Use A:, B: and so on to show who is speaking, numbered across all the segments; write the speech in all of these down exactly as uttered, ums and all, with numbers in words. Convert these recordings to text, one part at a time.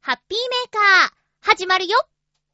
A: ハッピーメーカー始まるよ。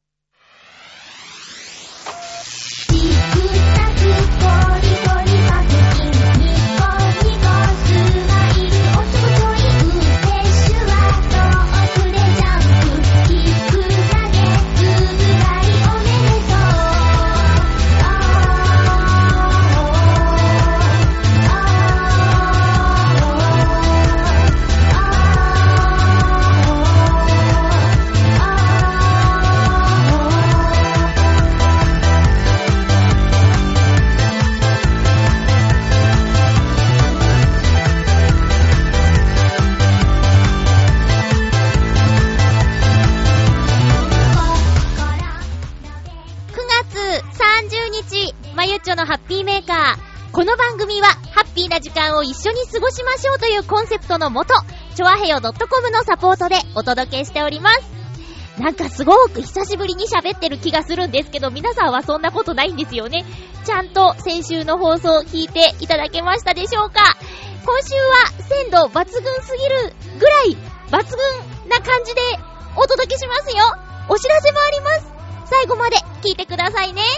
A: まゆっちょのハッピーメーカー。この番組はハッピーな時間を一緒に過ごしましょうというコンセプトのもと、チョアヘヨ .com のサポートでお届けしております。なんかすごく久しぶりに喋ってる気がするんですけど、皆さんはそんなことないんですよね。ちゃんと先週の放送を聞いていただけましたでしょうか。今週は鮮度抜群すぎるぐらい抜群な感じでお届けしますよ。お知らせもあります。最後まで聞いてくださいね。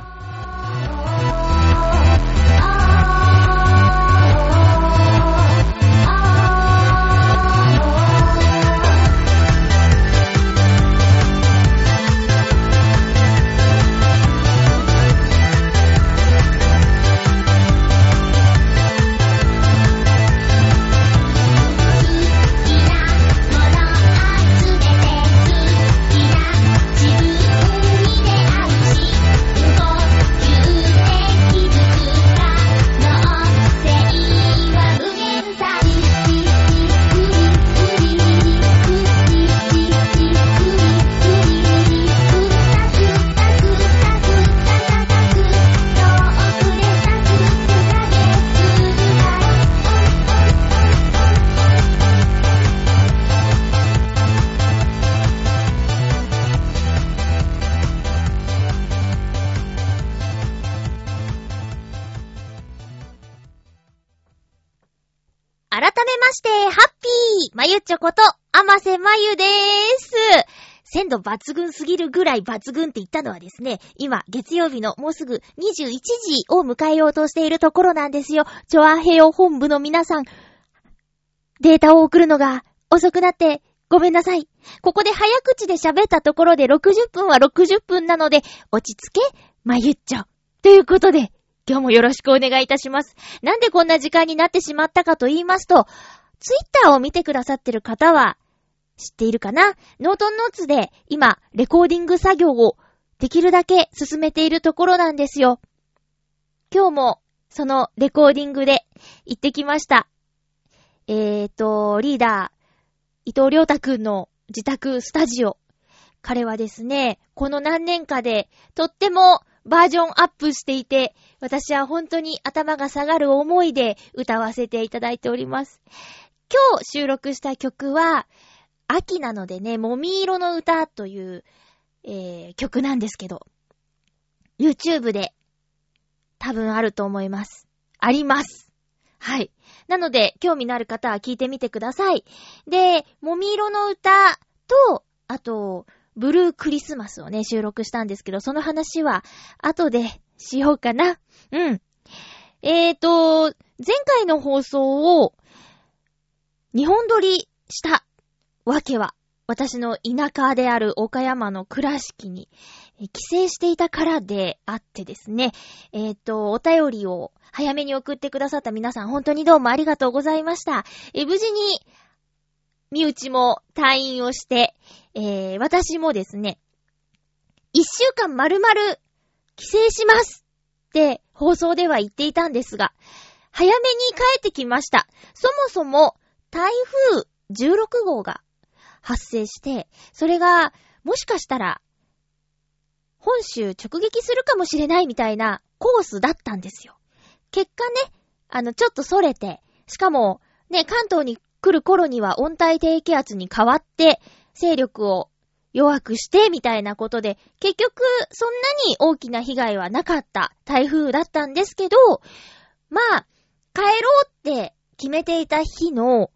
A: 改めまして、ハッピーまゆっちょこと、あませまゆでーす。鮮度抜群すぎるぐらい抜群って言ったのはですね、今、月曜日のもうすぐにじゅういちじを迎えようとしているところなんですよ。チョアヘヨ本部の皆さん、データを送るのが遅くなってごめんなさい。ここで早口で喋ったところでろくじゅっぷんはろくじゅっぷんなので、落ち着け、まゆっちょ。ということで、今日もよろしくお願いいたします。なんでこんな時間になってしまったかと言いますと、ツイッターを見てくださってる方は知っているかな？ノートンノーツで今レコーディング作業をできるだけ進めているところなんですよ。今日もそのレコーディングで行ってきました。えーと、リーダー、伊藤亮太くんの自宅スタジオ。彼はですね、この何年かでとってもバージョンアップしていて、私は本当に頭が下がる思いで歌わせていただいております。今日収録した曲は、秋なのでね、もみ色の歌という、えー、曲なんですけど、YouTube で多分あると思います。あります。はい。なので、興味のある方は聞いてみてください。で、もみ色の歌と、あと、ブルークリスマスをね、収録したんですけど、その話は後でしようかな。うん。えーと、前回の放送を日本撮りしたわけは、私の田舎である岡山の倉敷に帰省していたからであってですね、えーと、お便りを早めに送ってくださった皆さん、本当にどうもありがとうございました。え無事に身内も退院をして、えー、私もですね、一週間丸々帰省しますって放送では言っていたんですが、早めに帰ってきました。そもそも台風じゅうろくごうが発生して、それがもしかしたら本州直撃するかもしれないみたいなコースだったんですよ。結果ね、あのちょっとそれて、しかもね、関東に来る頃には温帯低気圧に変わって勢力を弱くしてみたいなことで、結局そんなに大きな被害はなかった台風だったんですけど、まあ帰ろうって決めていた日の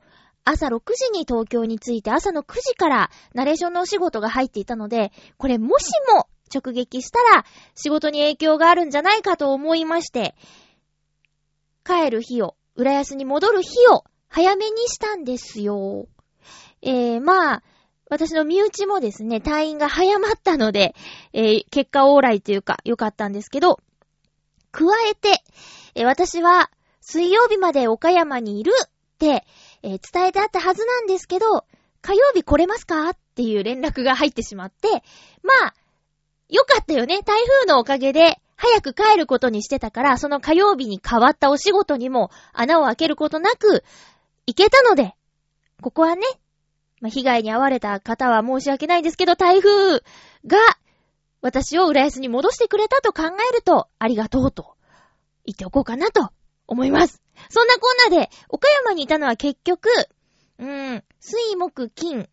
A: 朝ろくじに東京に着いて朝のくじからナレーションのお仕事が入っていたので、これもしも直撃したら仕事に影響があるんじゃないかと思いまして、帰る日を、浦安に戻る日を早めにしたんですよ。えー、まあ、私の身内もですね、退院が早まったので、えー、結果オーライというか良かったんですけど、加えて、えー、私は水曜日まで岡山にいるって、えー、伝えてあったはずなんですけど、火曜日来れますかっていう連絡が入ってしまって、まあ、良かったよね。台風のおかげで早く帰ることにしてたから、その火曜日に変わったお仕事にも穴を開けることなく行けたので、ここはね、まあ、被害に遭われた方は申し訳ないんですけど、台風が私を浦安に戻してくれたと考えると、ありがとうと言っておこうかなと思います。そんなこんなで、岡山にいたのは結局、うーん、水木金、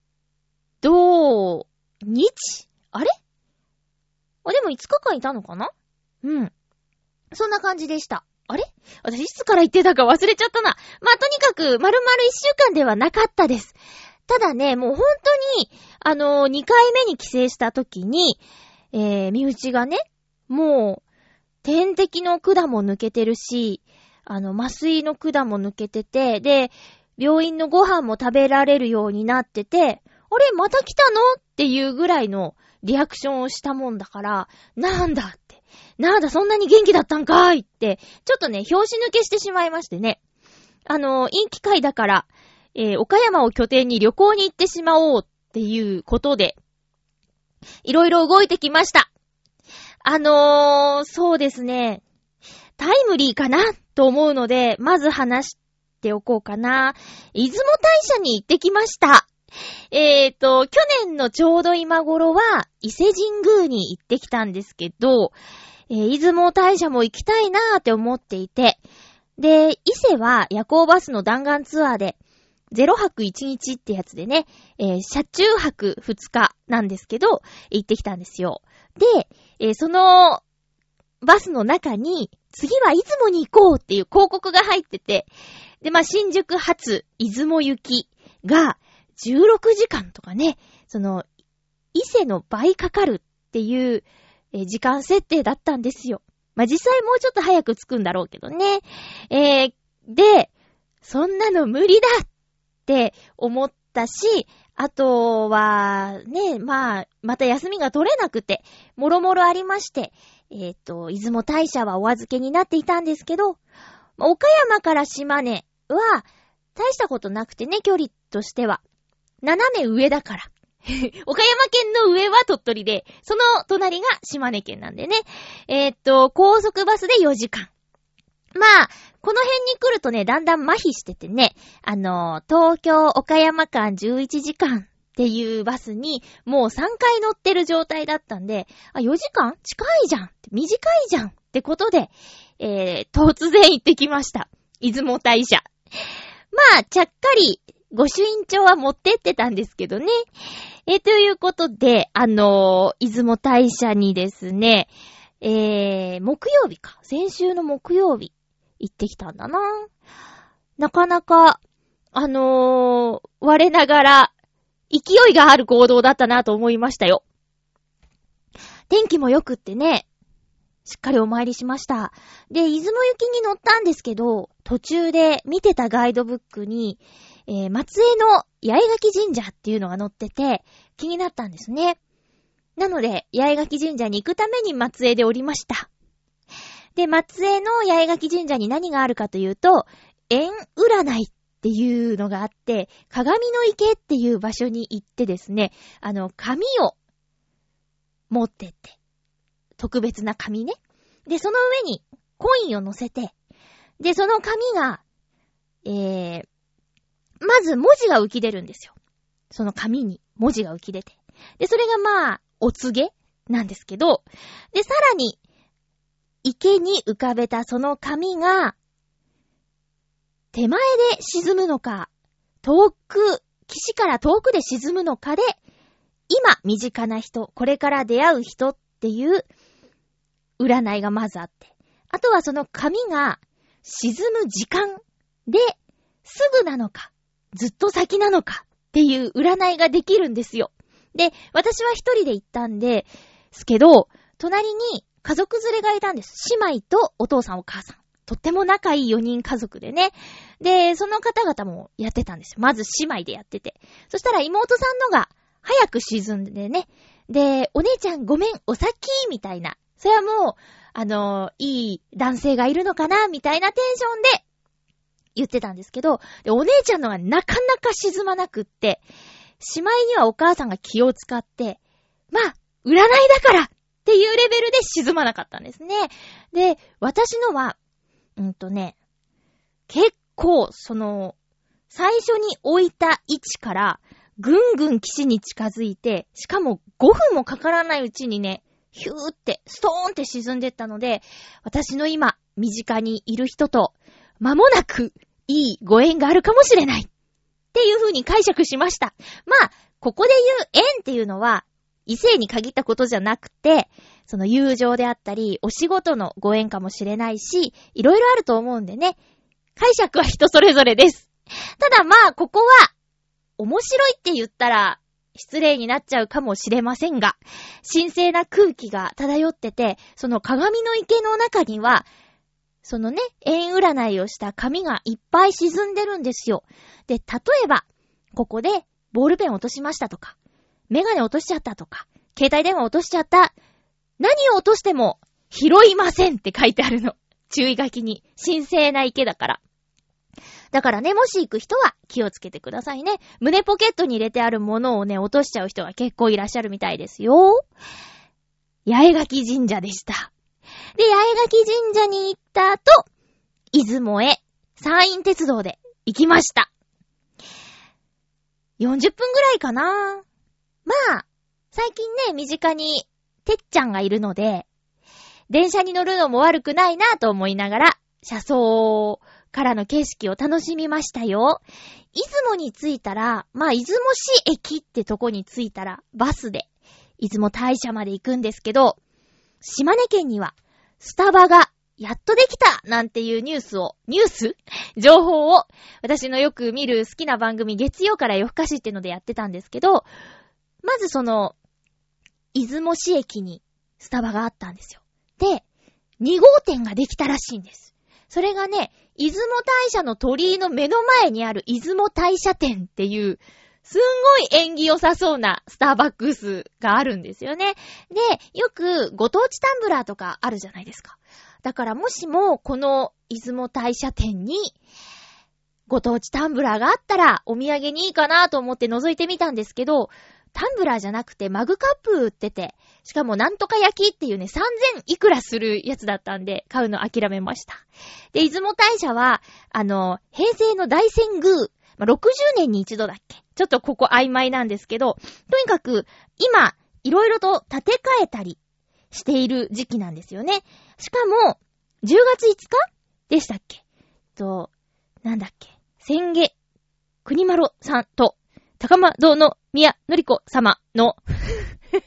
A: 土、日あれあ、でもいつかかんいたのかな？うん。そんな感じでした。あれ？私いつから言ってたか忘れちゃったな。まあ、とにかく、丸々一週間ではなかったです。ただね、もう本当に、あのー、にかいめに帰省した時に、えー、身内がね、もう、点滴の管も抜けてるし、あの、麻酔の管も抜けてて、で、病院のご飯も食べられるようになってて、あれ、また来たのっていうぐらいのリアクションをしたもんだから、なんだって、なんだそんなに元気だったんかーいって、ちょっとね、拍子抜けしてしまいましてね。あの、いい機会だから、えー、岡山を拠点に旅行に行ってしまおうっていうことで、いろいろ動いてきました。あのー、そうですね、タイムリーかなと思うので、まず話しておこうかな。出雲大社に行ってきました。えーと、去年のちょうど今頃は伊勢神宮に行ってきたんですけど、えー、出雲大社も行きたいなーって思っていて、で、伊勢は夜行バスの弾丸ツアーでゼロはくいちにちってやつでね、えー、車中泊ふつかなんですけど、行ってきたんですよ。で、えー、そのバスの中に次は出雲に行こうっていう広告が入ってて、で、まあ、新宿発出雲行きがじゅうろくじかんとかね、その、伊勢の倍かかるっていう、えー、時間設定だったんですよ。まあ、実際もうちょっと早く着くんだろうけどね。えー、で、そんなの無理だって思ったし、あとは、ね、まあ、また休みが取れなくて、もろもろありまして、えっと、出雲大社はお預けになっていたんですけど、岡山から島根は、大したことなくてね、距離としては。斜め上だから。岡山県の上は鳥取で、その隣が島根県なんでね。えー、っと、高速バスでよじかん。まあ、この辺に来るとね、だんだん麻痺しててね、あの、東京岡山間じゅういちじかんっていうバスにもうさんかい乗ってる状態だったんで、あ、よじかん近いじゃん短いじゃんってことで、えー、突然行ってきました。出雲大社。まあ、ちゃっかり、御朱印帳は持ってってたんですけどね。えー、ということで、あのー、出雲大社にですね、えー、木曜日か。先週の木曜日、行ってきたんだな。なかなか、あのー、我ながら、勢いがある行動だったなと思いましたよ。天気も良くってね、しっかりお参りしました。で、出雲行きに乗ったんですけど、途中で見てたガイドブックに、えー、松江の八重垣神社っていうのが載ってて、気になったんですね。なので、八重垣神社に行くために松江で降りました。で、松江の八重垣神社に何があるかというと、縁占いっていうのがあって、鏡の池っていう場所に行ってですね、あの、紙を持ってって、特別な紙ね。で、その上にコインを乗せて、で、その紙が、えー、まず文字が浮き出るんですよ。その紙に文字が浮き出て。で、それがまあ、お告げなんですけど、で、さらに、池に浮かべたその紙が、手前で沈むのか、遠く、岸から遠くで沈むのかで、今、身近な人、これから出会う人っていう占いがまずあって、あとはその紙が沈む時間で、すぐなのか、 ずっと先なのかっていう占いができるんですよ。で、私は一人で行ったんですけど、隣に家族連れがいたんです。姉妹とお父さんお母さん。とっても仲いいよにん家族でね。で、その方々もやってたんですよ。まず姉妹でやってて。そしたら妹さんのが早く沈んでね。で、お姉ちゃんごめん、お先みたいな。それはもう、あのー、いい男性がいるのかなみたいなテンションで言ってたんですけど、で、お姉ちゃんのがなかなか沈まなくって、しまいにはお母さんが気を使って、まあ、占いだからっていうレベルで沈まなかったんですね。で、私のは、うんとね、結構、その、最初に置いた位置から、ぐんぐん岸に近づいて、しかもごふんもかからないうちにね、ヒューって、ストーンって沈んでったので、私の今、身近にいる人と、間もなく、いいご縁があるかもしれない。っていう風に解釈しました。まあ、ここで言う縁っていうのは、異性に限ったことじゃなくて、その友情であったり、お仕事のご縁かもしれないし、いろいろあると思うんでね、解釈は人それぞれです。ただまあ、ここは、面白いって言ったら、失礼になっちゃうかもしれませんが、神聖な空気が漂ってて、その鏡の池の中には、そのね、縁占いをした紙がいっぱい沈んでるんですよ。で、例えば、ここでボールペン落としましたとか、メガネ落としちゃったとか、携帯電話落としちゃった。何を落としても拾いませんって書いてあるの。注意書きに。神聖な池だから。だからね、もし行く人は気をつけてくださいね。胸ポケットに入れてあるものをね、落としちゃう人が結構いらっしゃるみたいですよ。八重垣神社でした。で、八重垣神社に行った後、出雲へ山陰鉄道で行きました。よんじゅっぷんぐらいかな。まあ、最近ね、身近にてっちゃんがいるので、電車に乗るのも悪くないなと思いながら、車窓からの景色を楽しみましたよ。出雲に着いたら、まあ、出雲市駅ってとこに着いたら、バスで、出雲大社まで行くんですけど、島根県には、スタバがやっとできたなんていうニュースを、ニュース情報を、私のよく見る好きな番組、月曜から夜更かしってのでやってたんですけど、まずその、出雲市駅にスタバがあったんですよ。で、に号店ができたらしいんです。それがね、出雲大社の鳥居の目の前にある出雲大社店っていう、すんごい縁起良さそうなスターバックスがあるんですよね。で、よくご当地タンブラーとかあるじゃないですか。だからもしもこの出雲大社店にご当地タンブラーがあったらお土産にいいかなと思って覗いてみたんですけど、タンブラーじゃなくてマグカップ売ってて、しかもなんとか焼きっていうね、さんぜんいくらするやつだったんで、買うの諦めました。で、出雲大社は、あの、平成の大遷宮、まあ、ろくじゅうねんに一度だっけ？ちょっとここ曖昧なんですけど、とにかく、今、いろいろと建て替えたりしている時期なんですよね。しかも、じゅうがついつかでしたっけ？と、なんだっけ？千家国丸さんと、高間堂の宮のりこ様のね、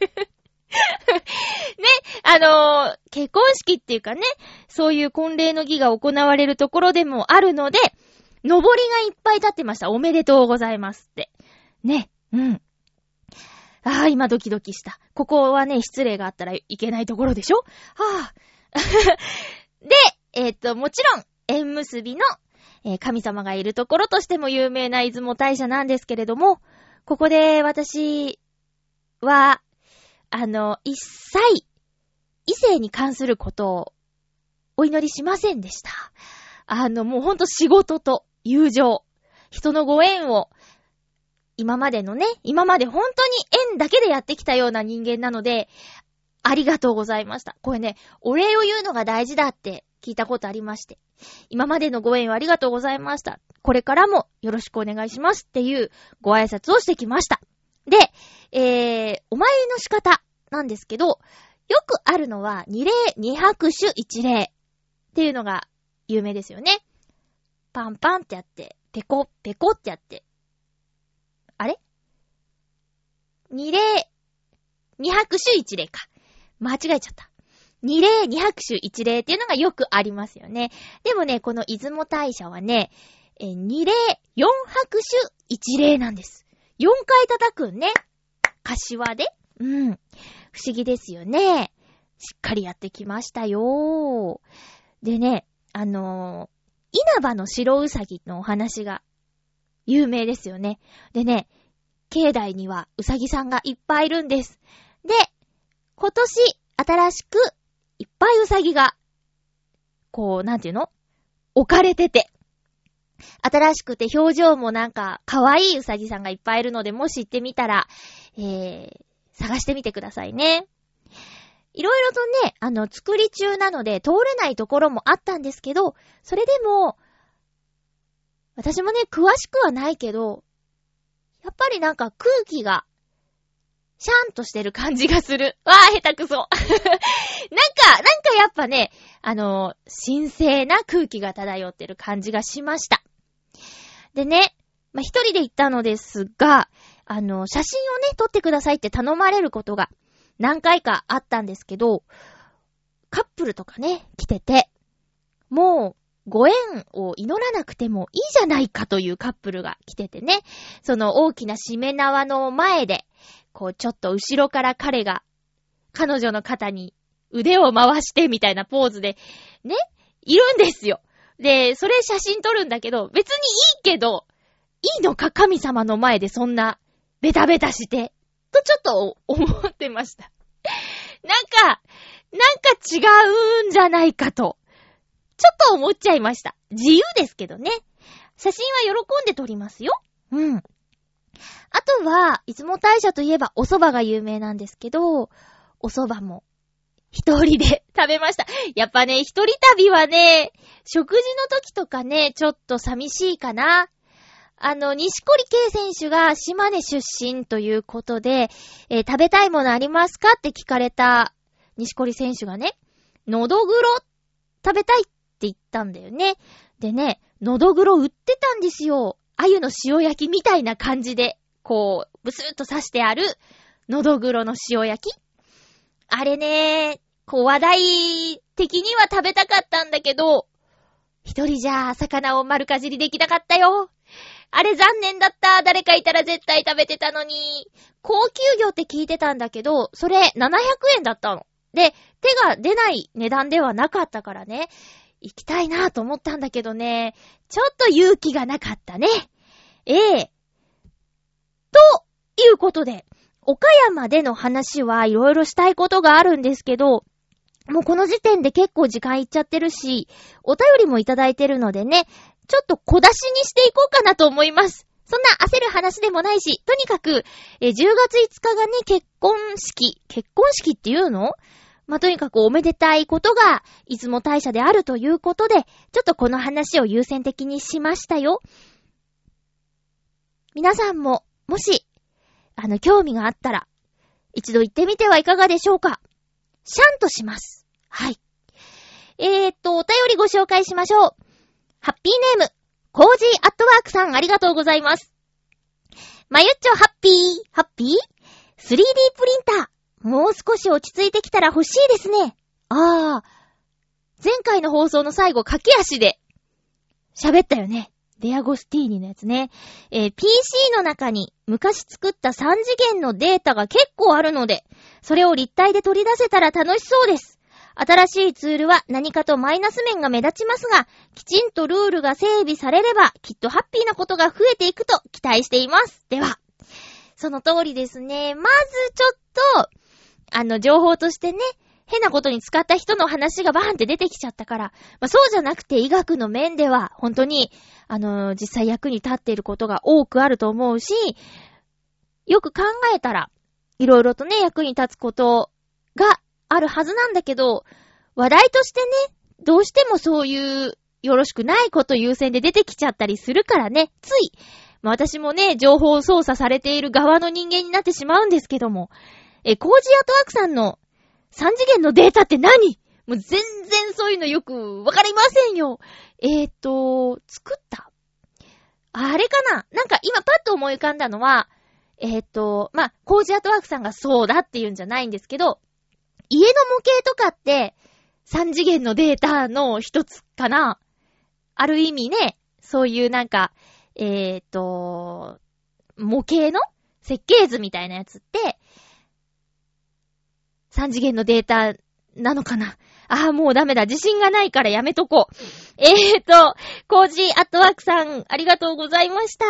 A: あのー、結婚式っていうかね、そういう婚礼の儀が行われるところでもあるので、のぼりがいっぱい立ってました。おめでとうございますって。ね、うん。ああ、今ドキドキした。ここはね、失礼があったらいけないところでしょ？はぁ、あ。で、えっと、もちろん、縁結びの、えー、神様がいるところとしても有名な出雲大社なんですけれども、ここで私は、あの、一切、異性に関することをお祈りしませんでした。あの、もうほんと仕事と友情、人のご縁を、今までのね、今まで本当に縁だけでやってきたような人間なので、ありがとうございました。これね、お礼を言うのが大事だって聞いたことありまして、今までのご縁をありがとうございました。これからもよろしくお願いしますっていうご挨拶をしてきました。で、えー、お参りの仕方なんですけど、よくあるのは二礼二拍手一礼っていうのが有名ですよね。パンパンってやって、ペコペコってやって、あれ二礼二拍手一礼か。間違えちゃった。二礼二拍手一礼っていうのがよくありますよね。でもね、この出雲大社はね、え二礼よん拍手いち礼なんです。よんかい叩くんね。柏で。うん。不思議ですよね。しっかりやってきましたよ。でね、あのー、稲葉の白うさぎのお話が有名ですよね。でね、境内にはうさぎさんがいっぱいいるんです。で、今年新しくいっぱいうさぎが、こう、なんていうの？置かれてて。新しくて表情もなんか可愛いうさぎさんがいっぱいいるので、もし行ってみたら、えー、探してみてくださいね。いろいろとね、あの、作り中なので通れないところもあったんですけど、それでも、私もね、詳しくはないけど、やっぱりなんか空気が、シャーンとしてる感じがする。わー、下手くそ。なんか、なんかやっぱね、あの、神聖な空気が漂ってる感じがしました。でね、まあ、一人で行ったのですが、あの、写真をね、撮ってくださいって頼まれることが何回かあったんですけど、カップルとかね、来てて、もう、ご縁を祈らなくてもいいじゃないかというカップルが来ててね、その大きなしめ縄の前で、こうちょっと後ろから彼が彼女の肩に腕を回してみたいなポーズでね、いるんですよ。で、それ写真撮るんだけど、別にいいけど、いいのか神様の前でそんなベタベタしてとちょっと思ってました。なんか、なんか違うんじゃないかとちょっと思っちゃいました。自由ですけどね。写真は喜んで撮りますよ。うん。あとは、出雲大社といえばお蕎麦が有名なんですけど、お蕎麦も一人で食べました。やっぱね、一人旅はね、食事の時とかね、ちょっと寂しいかな。あの、錦織圭選手が島根出身ということで、えー、食べたいものありますかって聞かれた錦織選手がね、のどぐろ食べたいって言ったんだよね。でね、のどぐろ売ってたんですよ。鮎の塩焼きみたいな感じで、こう、ブスッと刺してある、のどぐろの塩焼き。あれね、こう話題的には食べたかったんだけど、一人じゃ魚を丸かじりできなかったよ。あれ残念だった。誰かいたら絶対食べてたのに。高級魚って聞いてたんだけど、それななひゃくえんだったの。で、手が出ない値段ではなかったからね。行きたいなと思ったんだけどね、ちょっと勇気がなかったね。ええ。ということで、岡山での話はいろいろしたいことがあるんですけど、もうこの時点で結構時間いっちゃってるし、お便りもいただいてるのでね、ちょっと小出しにしていこうかなと思います。そんな焦る話でもないし、とにかく、えじゅうがついつかがね、結婚式。結婚式っていうの？まあ、とにかくおめでたいことが出雲大社であるということで、ちょっとこの話を優先的にしましたよ。皆さんも、もし、あの、興味があったら、一度行ってみてはいかがでしょうか。シャンとします。はい。えーっと、お便りご紹介しましょう。ハッピーネーム、コージーアットワークさんありがとうございます。まゆっちょハッピー、ハッピー スリーディー プリンター。もう少し落ち着いてきたら欲しいですね。ああ、前回の放送の最後駆け足で喋ったよね。デアゴスティーニのやつね。えー、ピーシー の中に昔作ったさん次元のデータが結構あるので、それを立体で取り出せたら楽しそうです。新しいツールは何かとマイナス面が目立ちますが、きちんとルールが整備されれば、きっとハッピーなことが増えていくと期待しています。では、その通りですね。まずちょっと、あの、情報としてね、変なことに使った人の話がバーンって出てきちゃったから、まあ、そうじゃなくて医学の面では、本当に、あのー、実際役に立っていることが多くあると思うし、よく考えたら、いろいろとね、役に立つことがあるはずなんだけど、話題としてね、どうしてもそういうよろしくないこと優先で出てきちゃったりするからね、つい、まあ、私もね、情報操作されている側の人間になってしまうんですけども、え、コージーアートワークさんのさん次元のデータって何？もう全然そういうのよくわかりませんよ。えーと、作ったあれかな？なんか今パッと思い浮かんだのは、えーと、まあ、コージーアートワークさんがそうだっていうんじゃないんですけど、家の模型とかってさん次元のデータの一つかな？ある意味ね、そういうなんか、 えーと、模型の設計図みたいなやつって、さん次元のデータなのかな。ああ、もうダメだ。自信がないからやめとこう。えーと、コージーアットワークさん、ありがとうございました。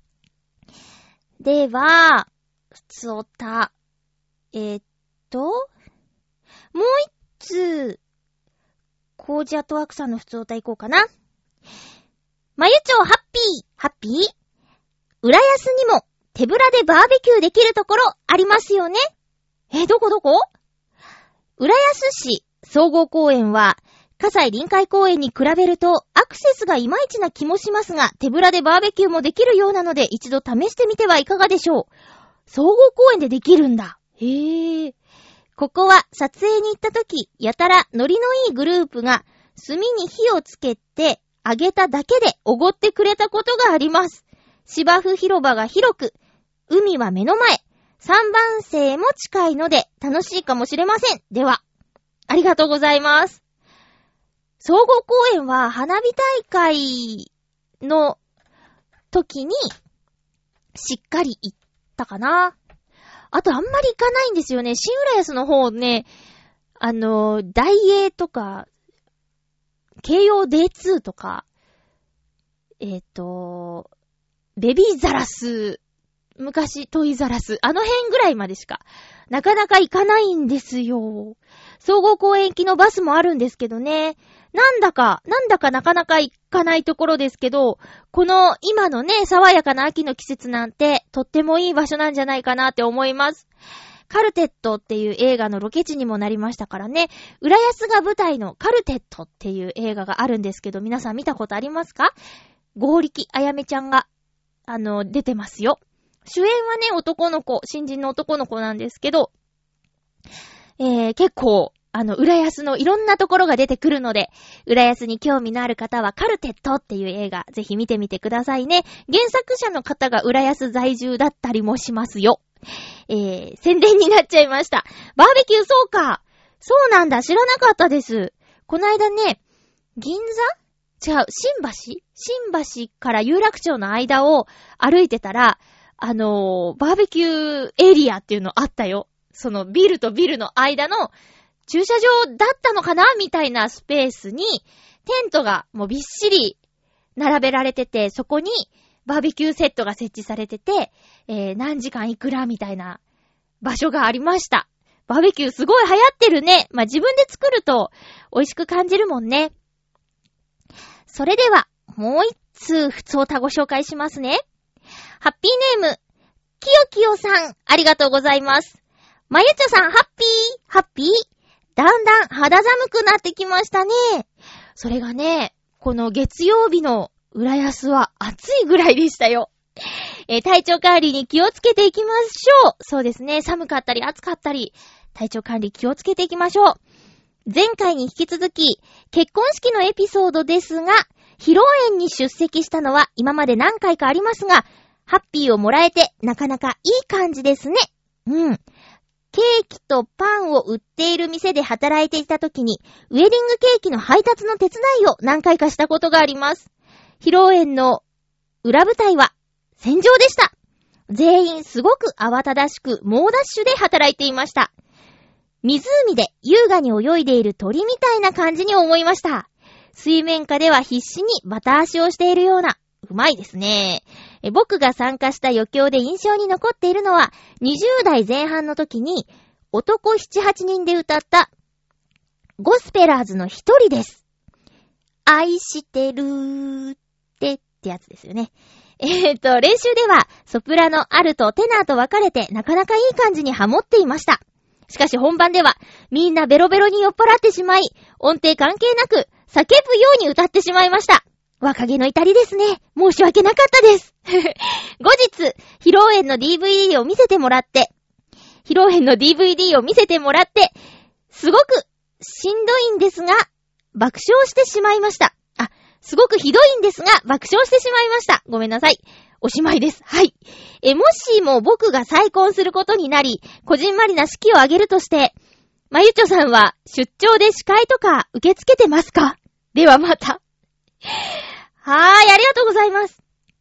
A: では、ふつおた。えーと、もう一つ、コージーアットワークさんのふつおたいこうかな。まゆちょハッピー、ハッピー？浦安にも手ぶらでバーベキューできるところありますよね。え、どこどこ？浦安市総合公園は、葛西臨海公園に比べるとアクセスがいまいちな気もしますが、手ぶらでバーベキューもできるようなので一度試してみてはいかがでしょう。総合公園でできるんだ。へー。ここは撮影に行った時、やたらノリのいいグループが炭に火をつけてあげただけでおごってくれたことがあります。芝生広場が広く、海は目の前、三番線も近いので楽しいかもしれません。では、ありがとうございます。総合公園は花火大会の時にしっかり行ったかな。あとあんまり行かないんですよね。新浦安の方ね、あの、大英とか、京葉 ディーツー とか、えっと、ベビーザラス、昔トイザラス、あの辺ぐらいまでしか、なかなか行かないんですよ。総合公園行きのバスもあるんですけどね。なんだか、なんだかなかなか行かないところですけど、この今のね、爽やかな秋の季節なんて、とってもいい場所なんじゃないかなって思います。カルテットっていう映画のロケ地にもなりましたからね。浦安が舞台のカルテットっていう映画があるんですけど、皆さん見たことありますか？ゴーリキあやめちゃんが、あの、出てますよ。主演はね、男の子、新人の男の子なんですけど、えー、結構、あの、浦安のいろんなところが出てくるので、浦安に興味のある方はカルテットっていう映画、ぜひ見てみてくださいね。原作者の方が浦安在住だったりもしますよ。えー、宣伝になっちゃいました。バーベキューそうか。そうなんだ、知らなかったです。この間ね、銀座？違う、新橋？新橋から有楽町の間を歩いてたら、あのー、バーベキューエリアっていうのあったよ。そのビルとビルの間の駐車場だったのかなみたいなスペースにテントがもうびっしり並べられてて、そこにバーベキューセットが設置されてて、えー、何時間いくらみたいな場所がありました。バーベキューすごい流行ってるね。まあ、自分で作ると美味しく感じるもんね。それではもう一通ふつおたご紹介しますね。ハッピーネームきよきよさん、ありがとうございます。まゆちょさん、ハッピーハッピーだんだん肌寒くなってきましたね。それがね、この月曜日の浦安は暑いぐらいでしたよ。えー、体調管理に気をつけていきましょう。そうですね、寒かったり暑かったり、体調管理気をつけていきましょう。前回に引き続き、結婚式のエピソードですが、披露宴に出席したのは今まで何回かありますが、ハッピーをもらえてなかなかいい感じですね。うん。ケーキとパンを売っている店で働いていた時に、ウェディングケーキの配達の手伝いを何回かしたことがあります。披露宴の裏舞台は戦場でした。全員すごく慌ただしく猛ダッシュで働いていました。湖で優雅に泳いでいる鳥みたいな感じに思いました。水面下では必死にバタ足をしているような。うまいですね。え僕が参加した余興で印象に残っているのは、にじゅう代前半の時に男なな、はちにんで歌ったゴスペラーズの一人です。愛してるーってってやつですよね。えーと、練習ではソプラノ、アルト、テナーと分かれてなかなかいい感じにハモっていました。しかし本番ではみんなベロベロに酔っ払ってしまい、音程関係なく叫ぶように歌ってしまいました。若気の至りですね。申し訳なかったです。後日、披露宴の ディーブイディー を見せてもらって、披露宴の ディーブイディー を見せてもらって、すごくしんどいんですが、爆笑してしまいました。あ、すごくひどいんですが、爆笑してしまいました。ごめんなさい。おしまいです。はい。え、もしも僕が再婚することになり、こじんまりな式を挙げるとして、まゆちょさんは出張で司会とか受け付けてますか？ではまた。はーい、ありがとうございます。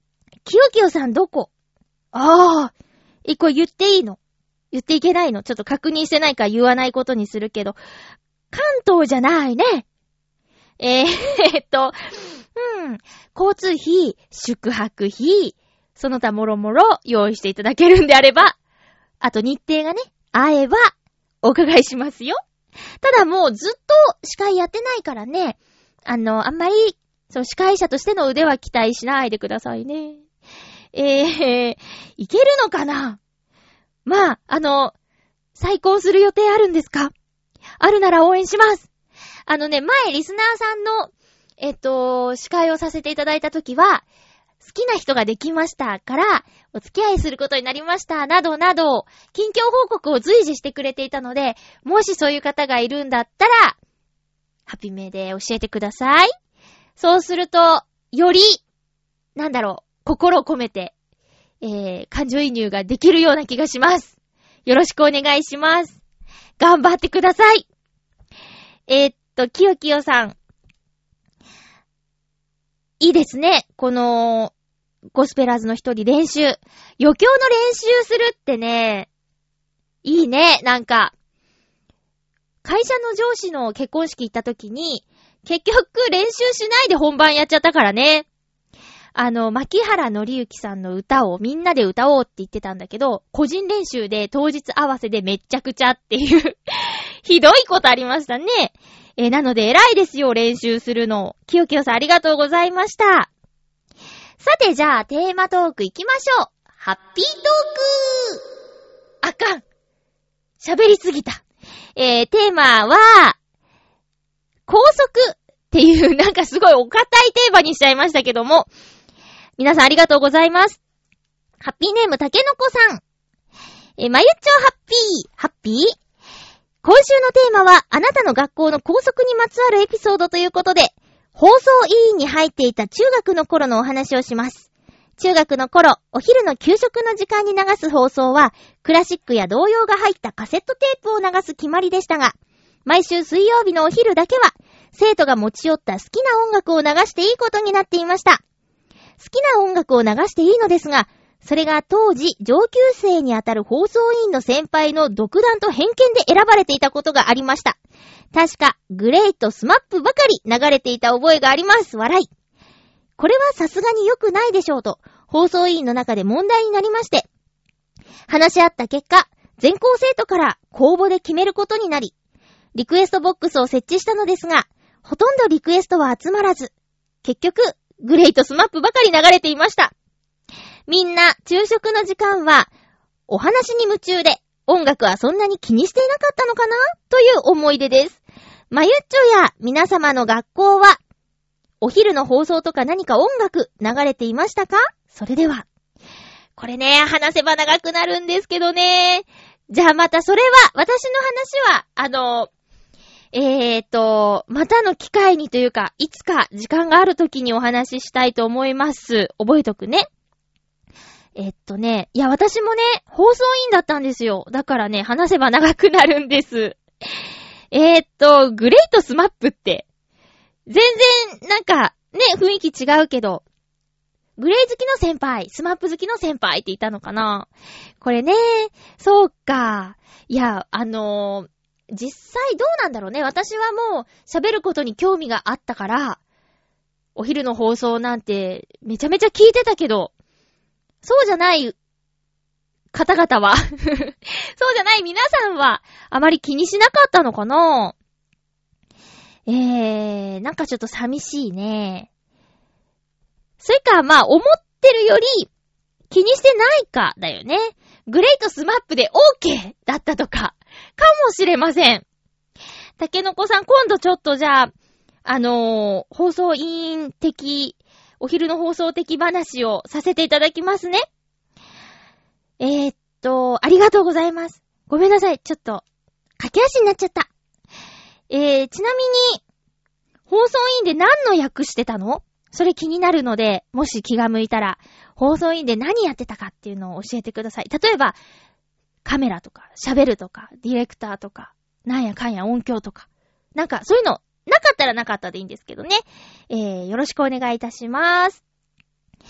A: きよきよさんどこ？ああ、一個言っていいの？言っていけないの？ちょっと確認してないから言わないことにするけど、関東じゃないね。えー、えっと、うん、交通費、宿泊費、その他もろもろ用意していただけるんであれば、あと日程がね、合えばお伺いしますよ。ただもうずっと司会やってないからね、あの、あんまり、その司会者としての腕は期待しないでくださいね。えー、いけるのかな？まあ、あの、再婚する予定あるんですか？あるなら応援します。あのね、前リスナーさんの、えっと、司会をさせていただいたときは、好きな人ができましたから、お付き合いすることになりました、などなど、近況報告を随時してくれていたので、もしそういう方がいるんだったら、ハピメで教えてください。そうすると、より、なんだろう、心を込めて、えー、感情移入ができるような気がします。よろしくお願いします。頑張ってください。えー、っと、きよきよさん。いいですね。この、ゴスペラーズの一人練習。余興の練習するってね、いいね。なんか、会社の上司の結婚式行った時に、結局練習しないで本番やっちゃったからね。あの、牧原紀之さんの歌をみんなで歌おうって言ってたんだけど、個人練習で当日合わせでめっちゃくちゃっていう、ひどいことありましたね。えー、なので偉いですよ、練習するの。きよきよさんありがとうございました。さて、じゃあテーマトーク行きましょう。ハッピートーク。あかん。喋りすぎた。えー、テーマは、高速っていうなんかすごいお堅いテーマにしちゃいましたけども、皆さんありがとうございます。ハッピーネームたけのこさん。えー、まゆっちょハッピー、ハッピー。今週のテーマは、あなたの学校の校則にまつわるエピソードということで、放送委員に入っていた中学の頃のお話をします。中学の頃、お昼の給食の時間に流す放送は、クラシックや童謡が入ったカセットテープを流す決まりでしたが、毎週水曜日のお昼だけは、生徒が持ち寄った好きな音楽を流していいことになっていました。好きな音楽を流していいのですが、それが当時上級生にあたる放送委員の先輩の独断と偏見で選ばれていたことがありました。確かグレイとスマップばかり流れていた覚えがあります。笑い。これはさすがに良くないでしょうと放送委員の中で問題になりまして、話し合った結果、全校生徒から公募で決めることになり、リクエストボックスを設置したのですが、ほとんどリクエストは集まらず、結局グレイとスマップばかり流れていました。みんな昼食の時間はお話に夢中で、音楽はそんなに気にしていなかったのかなという思い出です。まゆっちょや皆様の学校はお昼の放送とか何か音楽流れていましたか？それでは。これね、話せば長くなるんですけどね。じゃあまたそれは、私の話は、あの、えーと、またの機会にというか、いつか時間がある時にお話ししたいと思います。覚えとくね。えっとね、いや私もね、放送委員だったんですよ。だからね、話せば長くなるんです。えーっと、グレイとスマップって、全然なんかね、雰囲気違うけど、グレイ好きの先輩、スマップ好きの先輩って言ったのかな？これね、そうか。いや、あのー、実際どうなんだろうね。私はもう喋ることに興味があったから、お昼の放送なんてめちゃめちゃ聞いてたけど、そうじゃない方々はそうじゃない皆さんはあまり気にしなかったのかな。えー、なんかちょっと寂しいね。それかまあ思ってるより気にしてないかだよね。グレイとスマップで OK だったとかかもしれません。たけのこさん今度ちょっとじゃああのー、放送委員的お昼の放送的話をさせていただきますね。えー、っと、ありがとうございます。ごめんなさい。ちょっと、駆け足になっちゃった。えー、ちなみに、放送委員で何の役してたの？それ気になるので、もし気が向いたら、放送委員で何やってたかっていうのを教えてください。例えば、カメラとか、喋るとか、ディレクターとか、なんやかんや音響とか。なんか、そういうの、なかったらなかったでいいんですけどね。えー、よろしくお願いいたします。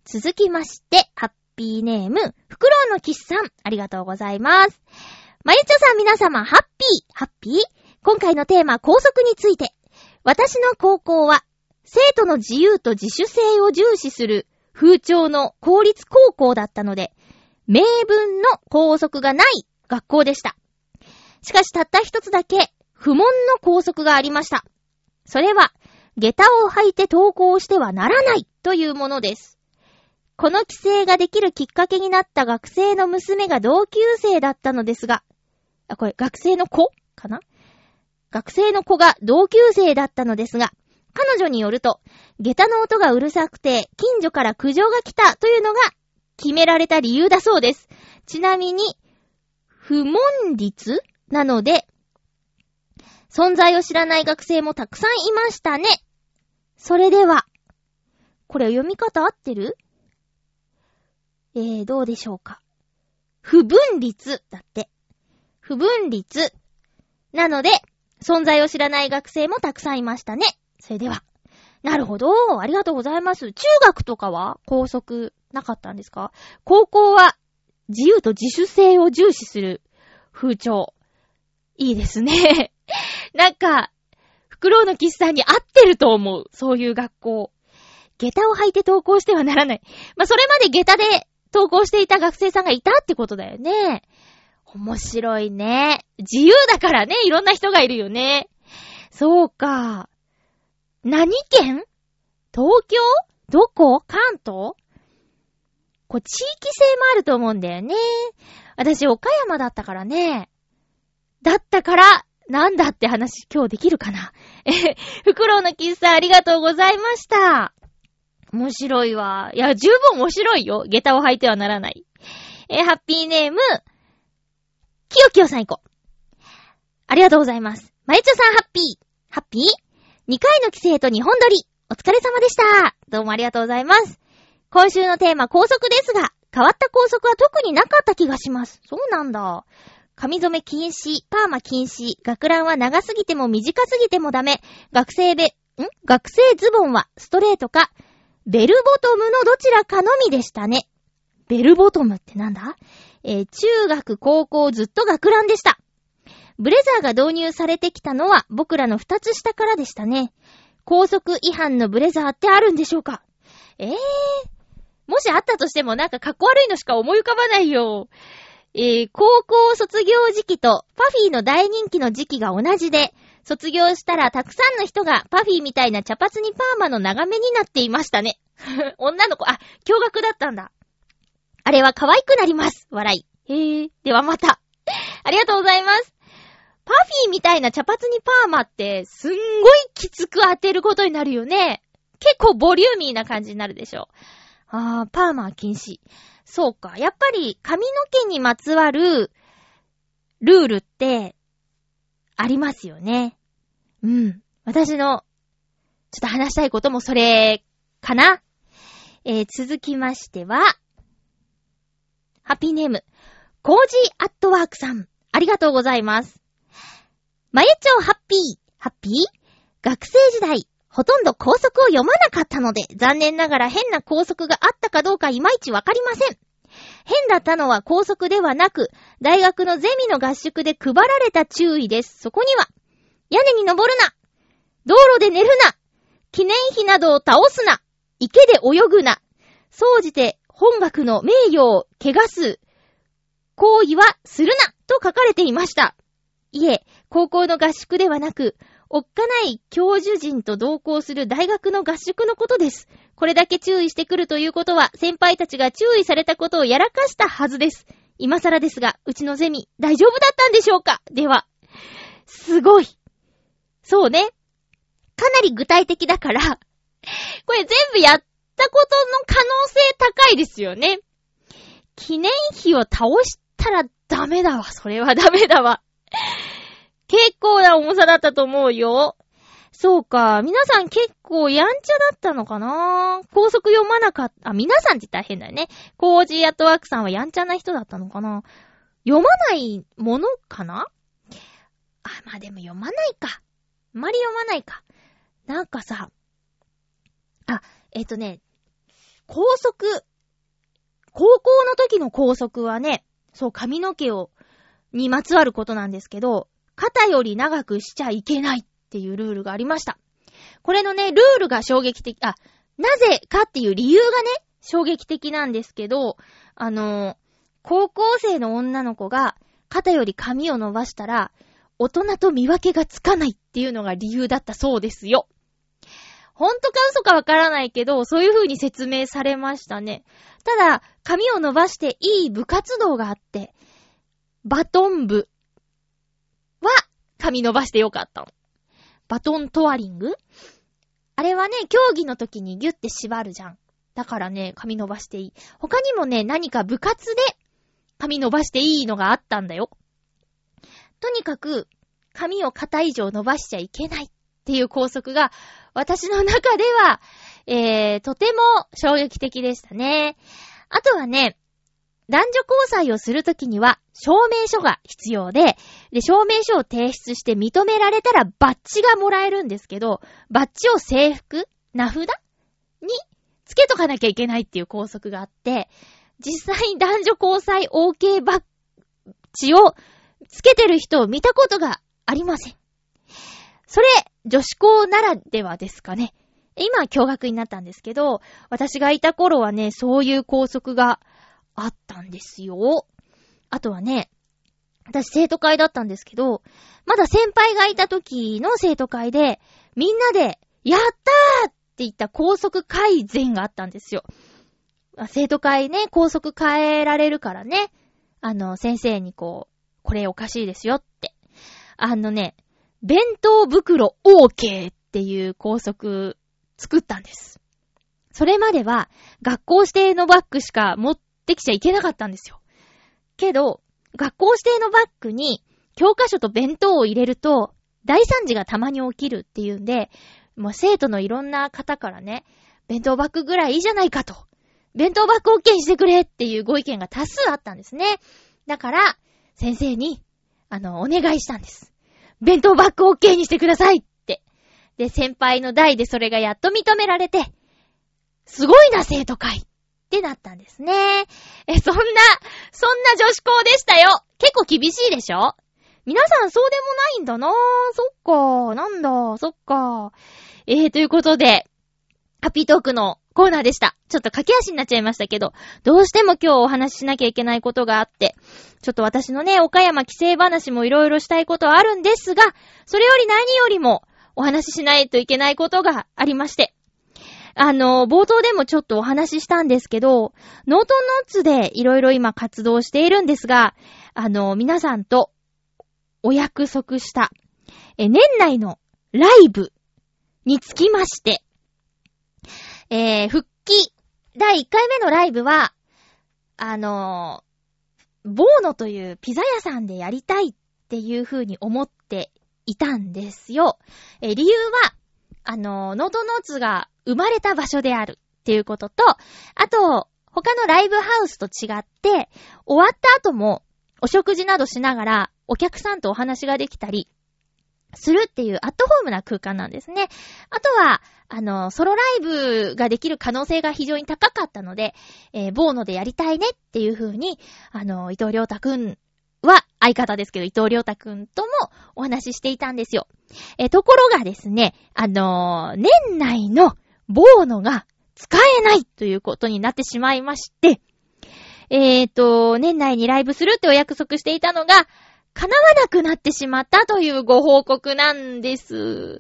A: 続きまして、ハッピーネーム、フクロウのキスさん、ありがとうございます。まゆちょさん皆様、ハッピー、ハッピー？今回のテーマ、校則について。私の高校は、生徒の自由と自主性を重視する風潮の公立高校だったので、明文の校則がない学校でした。しかしたった一つだけ、不問の校則がありました。それは、下駄を履いて登校してはならないというものです。この規制ができるきっかけになった学生の娘が同級生だったのですが、あ、これ学生の子かな？学生の子が同級生だったのですが、彼女によると、下駄の音がうるさくて、近所から苦情が来たというのが決められた理由だそうです。ちなみに、不問率なので、存在を知らない学生もたくさんいましたね。それでは、これ読み方合ってる？えー、どうでしょうか。不分率だって。不分率。なので、存在を知らない学生もたくさんいましたね。それでは。なるほど。ありがとうございます。中学とかは校則なかったんですか？高校は自由と自主性を重視する風潮。いいですね。なんか、フクロウのキスさんに合ってると思う。そういう学校。下駄を履いて登校してはならない。まあ、それまで下駄で登校していた学生さんがいたってことだよね。面白いね。自由だからね、いろんな人がいるよね。そうか。何県？東京？どこ？関東？こう地域性もあると思うんだよね。私岡山だったからね。だったから、なんだって話今日できるかな。え、フクロウのキスさんありがとうございました。面白いわ。いや、十分面白いよ。下駄を履いてはならない。え、ハッピーネーム、きよきよさん行こう。ありがとうございます。まゆちょさんハッピー。ハッピー ?に 回の帰省とにほん撮り。お疲れ様でした。どうもありがとうございます。今週のテーマ、校則ですが、変わった校則は特になかった気がします。そうなんだ。髪染め禁止、パーマ禁止、学ランは長すぎても短すぎてもダメ、学生べ、ん学生ズボンはストレートか、ベルボトムのどちらかのみでしたね。ベルボトムってなんだ？えー、中学、高校ずっと学ランでした。ブレザーが導入されてきたのは僕らの二つ下からでしたね。校則違反のブレザーってあるんでしょうか？えー、もしあったとしてもなんかかっこ悪いのしか思い浮かばないよ。えー、高校卒業時期とパフィーの大人気の時期が同じで、卒業したらたくさんの人がパフィーみたいな茶髪にパーマの長めになっていましたね。女の子、あ、驚愕だったんだ。あれは可愛くなります。笑い。へー。ではまた。ありがとうございます。パフィーみたいな茶髪にパーマってすんごいきつく当てることになるよね。結構ボリューミーな感じになるでしょ。あー、パーマは禁止。そうか。やっぱり髪の毛にまつわるルールってありますよね。うん。私のちょっと話したいこともそれかな。えー、続きましては、ハッピーネーム、コージーアットワークさん。ありがとうございます。まゆちょハッピー、ハッピー？学生時代、ほとんど校則を読まなかったので、残念ながら変な校則があったかどうかいまいちわかりません。変だったのは校則ではなく、大学のゼミの合宿で配られた注意です。そこには、屋根に登るな、道路で寝るな、記念碑などを倒すな、池で泳ぐな、総じて本学の名誉を汚す行為はするなと書かれていました。いえ、高校の合宿ではなく、おっかない教授陣と同行する大学の合宿のことです。これだけ注意してくるということは、先輩たちが注意されたことをやらかしたはずです。今更ですが、うちのゼミ大丈夫だったんでしょうか？では、すごい。そうね。かなり具体的だから、これ全部やったことの可能性高いですよね。記念碑を倒したらダメだわ。それはダメだわ。結構な重さだったと思うよ。そうか。皆さん結構やんちゃだったのかな？校則読まなかった。あ、皆さんって言ったら変だよね。コージーアットワークさんはやんちゃな人だったのかな？読まないものかな？あ、まあでも読まないか。あまり読まないか。なんかさ、あ、えっとね、 校則、高校の時の校則はね、そう髪の毛を、にまつわることなんですけど、肩より長くしちゃいけないっていうルールがありました。これのね、ルールが衝撃的、あ、なぜかっていう理由がね、衝撃的なんですけど、あのー、高校生の女の子が肩より髪を伸ばしたら、大人と見分けがつかないっていうのが理由だったそうですよ。本当か嘘かわからないけど、そういう風に説明されましたね。ただ、髪を伸ばしていい部活動があって、バトン部は髪伸ばしてよかったの。バトントワリング？あれはね、競技の時にギュッて縛るじゃん。だからね、髪伸ばしていい。他にもね、何か部活で髪伸ばしていいのがあったんだよ。とにかく、髪を肩以上伸ばしちゃいけないっていう校則が、私の中では、えー、とても衝撃的でしたね。あとはね、男女交際をするときには証明書が必要で、で、証明書を提出して認められたらバッジがもらえるんですけど、バッジを制服、名札につけとかなきゃいけないっていう校則があって、実際男女交際 OK バッジをつけてる人を見たことがありません。それ、女子校ならではですかね。今は共学になったんですけど、私がいた頃はね、そういう校則があったんですよ。あとはね、私生徒会だったんですけど、まだ先輩がいた時の生徒会で、みんなで、やったーって言った校則改善があったんですよ。生徒会ね、校則変えられるからね、あの、先生にこう、これおかしいですよって。あのね、弁当袋 OK っていう校則作ったんです。それまでは学校指定のバッグしか持ってきちゃいけなかったんですよ。けど、学校指定のバッグに教科書と弁当を入れると大惨事がたまに起きるっていうんで、もう生徒のいろんな方からね、弁当バッグぐらいいいじゃないかと。弁当バッグ OK にしてくれっていうご意見が多数あったんですね。だから、先生に、あの、お願いしたんです。弁当バッグ OK にしてくださいって。で、先輩の代でそれがやっと認められて、すごいな生徒会ってなったんですね。え、そんな、そんな女子校でしたよ。結構厳しいでしょ？皆さんそうでもないんだな。そっか、なんだ、そっか。えー、ということで、ハッピートークのコーナーでした。ちょっと駆け足になっちゃいましたけど、どうしても今日お話ししなきゃいけないことがあって、ちょっと私のね、岡山帰省話もいろいろしたいことはあるんですが、それより何よりもお話ししないといけないことがありまして、あの、冒頭でもちょっとお話ししたんですけど、ノートンノーツでいろいろ今活動しているんですが、あの、皆さんとお約束した、え、年内のライブにつきまして、えー、復帰だいいっかいめのライブは、あのー、ボーノというピザ屋さんでやりたいっていう風に思っていたんですよ。えー、理由は、あのー、ノートノーツが生まれた場所であるっていうことと、あと、他のライブハウスと違って、終わった後もお食事などしながらお客さんとお話ができたりするっていうアットホームな空間なんですね。あとは、あの、ソロライブができる可能性が非常に高かったので、えー、ボーノでやりたいねっていう風に、あの、伊藤亮太くんは相方ですけど、伊藤亮太くんともお話ししていたんですよ。えー、ところがですね、あのー、年内のボーノが使えないということになってしまいまして、えーと、年内にライブするってお約束していたのが、叶わなくなってしまったというご報告なんです。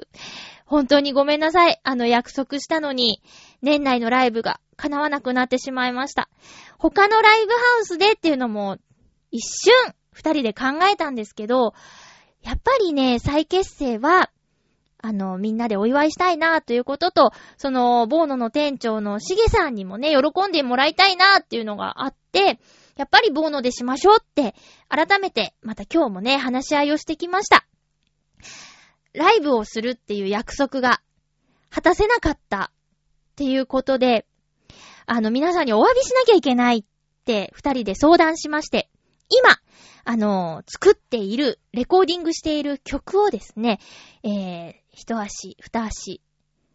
A: 本当にごめんなさい。あの約束したのに年内のライブが叶わなくなってしまいました。他のライブハウスでっていうのも一瞬二人で考えたんですけど、やっぱりね、再結成はあのみんなでお祝いしたいなということと、そのボーノの店長のしげさんにもね、喜んでもらいたいなっていうのがあって、やっぱりボーノでしましょうって改めてまた今日もね、話し合いをしてきました。ライブをするっていう約束が果たせなかったっていうことで、あの皆さんにお詫びしなきゃいけないって二人で相談しまして、今あの作っているレコーディングしている曲をですね、えー、一足二足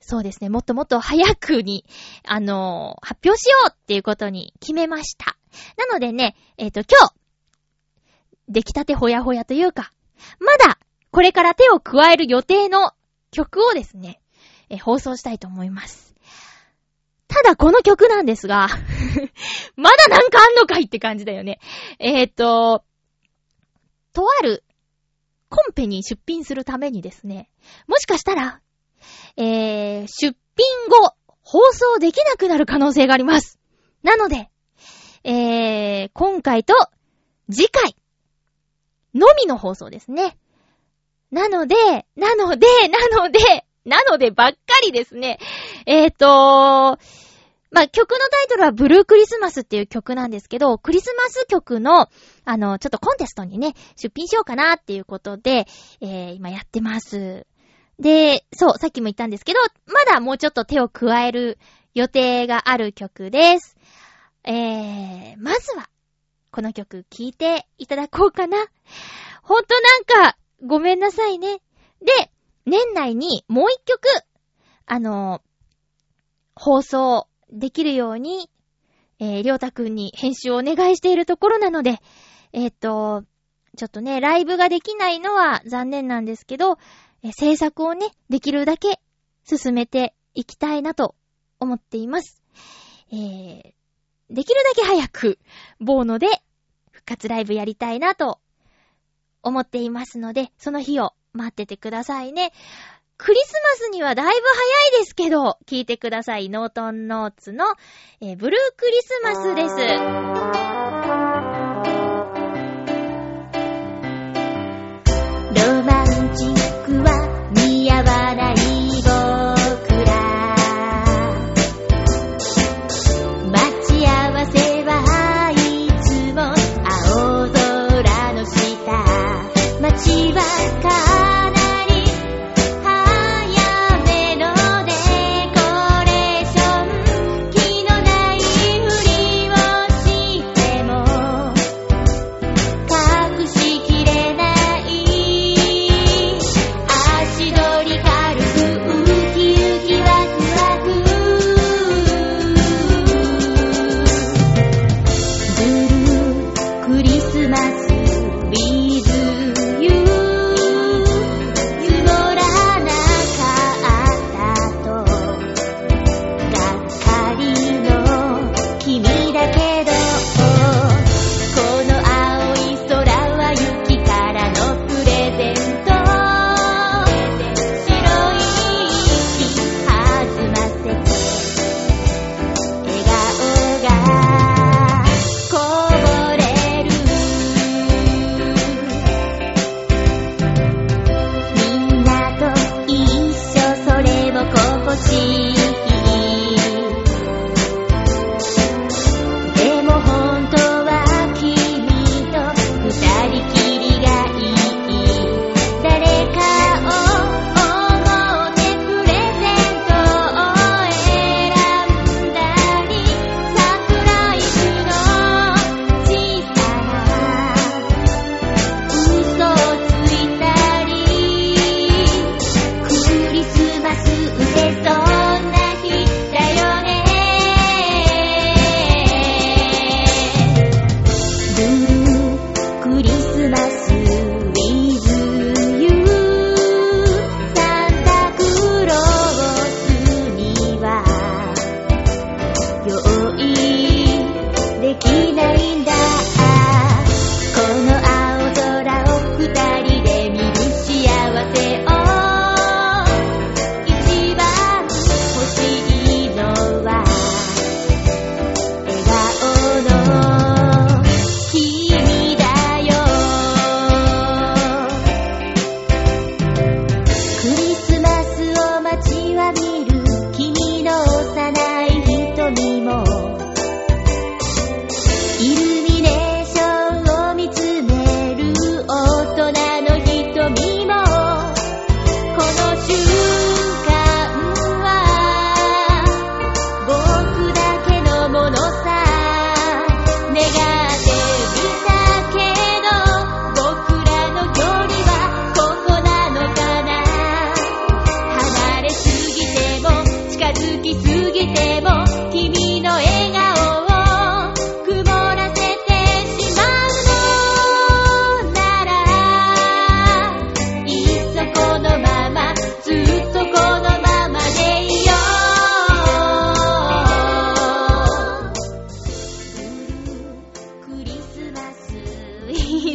A: そうですね、もっともっと早くに、あのー、発表しようっていうことに決めました。なのでね、えっと、今日、出来たてほやほやというか、まだ、これから手を加える予定の曲をですね、え放送したいと思います。ただこの曲なんですが、まだなんかあんのかいって感じだよね。えっと、とあるコンペに出品するためにですね、もしかしたら、えー、出品後、放送できなくなる可能性があります。なので、えー、今回と次回のみの放送ですね。なので、なので、なので、なのでばっかりですね。えーと、まあ、曲のタイトルはブルークリスマスっていう曲なんですけど、クリスマス曲の、あの、ちょっとコンテストにね、出品しようかなっていうことで、えー、今やってます。で、そう、さっきも言ったんですけど、まだもうちょっと手を加える予定がある曲です。えー、まずは、この曲聴いていただこうかな。ほんとなんか、ごめんなさいね。で、年内にもう一曲、あの、放送できるように、えー、りょうたくんに編集をお願いしているところなので、えっと、ちょっとね、ライブができないのは残念なんですけど、えー、制作をね、できるだけ進めていきたいなと思っています。えー、できるだけ早く、ボーノで復活ライブやりたいなと思っていますので、その日を待っててくださいね。クリスマスにはだいぶ早いですけど、聞いてください。ノートンノーツの、えー、ブルークリスマスです。ロマンチックは似合わない僕ら、待ち合わせはいつも青空の下、街はかなり早めのデコレーション、気のないふりをしても隠しきれない足取り軽くウキウキワクワク、ブルークリスマス with you、 積もらなかったとがっかりの君だけど、この青い空は雪からのプレゼント、白い息弾ませて笑顔がこぼれる、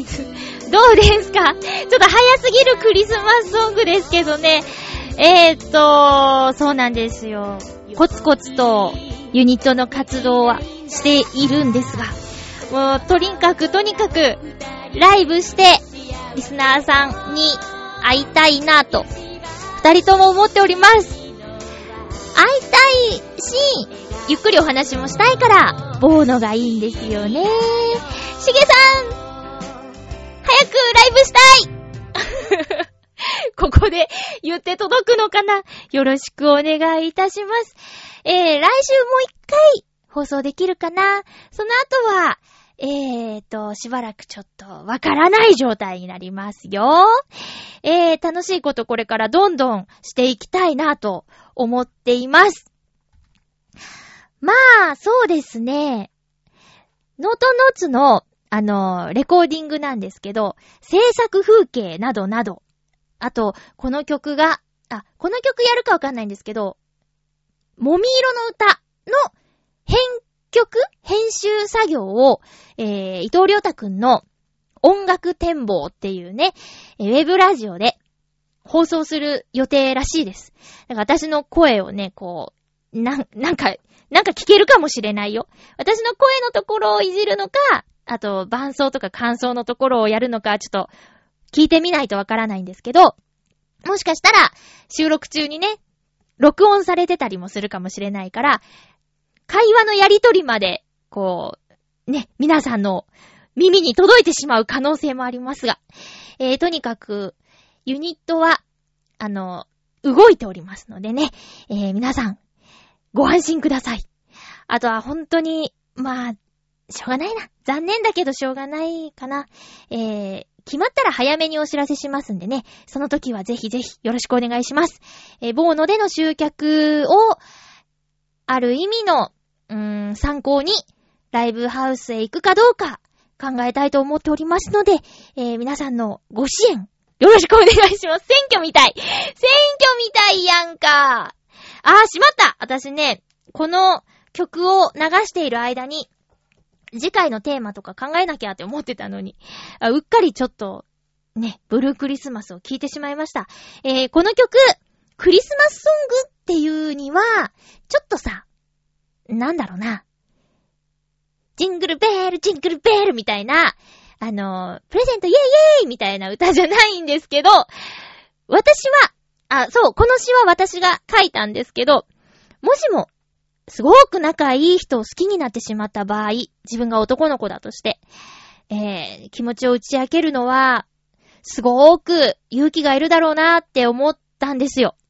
A: イズ。どうですか？ちょっと早すぎるクリスマスソングですけどね。えーっと、そうなんですよ。コツコツとユニットの活動はしているんですが、もうとにかくとにかくライブしてリスナーさんに会いたいなと二人とも思っております。会いたいし、ゆっくりお話もしたいからボーノがいいんですよね。しげさん、早くライブしたいここで言って届くのかな。よろしくお願いいたします。えー、来週もう一回放送できるかな。その後はえーとしばらくちょっとわからない状態になりますよ。えー、楽しいことこれからどんどんしていきたいなと思っています。まあそうですね。ノートノーツのあのレコーディングなんですけど、制作風景などなど、あとこの曲があこの曲やるかわかんないんですけど、もみ色の歌の編曲編集作業を、えー、伊藤亮太くんの音楽展望っていうね、ウェブラジオで放送する予定らしいです。だから私の声をね、こう、な、なんか、なんか聞けるかもしれないよ。私の声のところをいじるのか、あと伴奏とか感想のところをやるのか、ちょっと聞いてみないとわからないんですけど、もしかしたら収録中にね、録音されてたりもするかもしれないから、会話のやりとりまで、こう、ね、皆さんの耳に届いてしまう可能性もありますが、えー、とにかく、ユニットは、あの、動いておりますのでね、えー、皆さん、ご安心ください。あとは本当に、まあ、しょうがないな。残念だけどしょうがないかな。えー、決まったら早めにお知らせしますんでね、その時はぜひぜひよろしくお願いします。えー、ボーノでの集客を、ある意味の、うーん、参考に、ライブハウスへ行くかどうか考えたいと思っておりますので、えー、皆さんのご支援、よろしくお願いします。選挙みたい選挙みたいやんか。あー、しまった。私ね、この曲を流している間に、次回のテーマとか考えなきゃって思ってたのに、あ、うっかりちょっと、ね、ブルークリスマスを聴いてしまいました。えー、この曲、クリスマスソングっていうには、ちょっとさ、なんだろうな。ジングルベール、ジングルベールみたいな、あの、プレゼントイェイイェイみたいな歌じゃないんですけど、私は、あ、そう、この詩は私が書いたんですけど、もしも、すごく仲いい人を好きになってしまった場合、自分が男の子だとして、えー、気持ちを打ち明けるのは、すごく勇気がいるだろうなって思ったんですよ。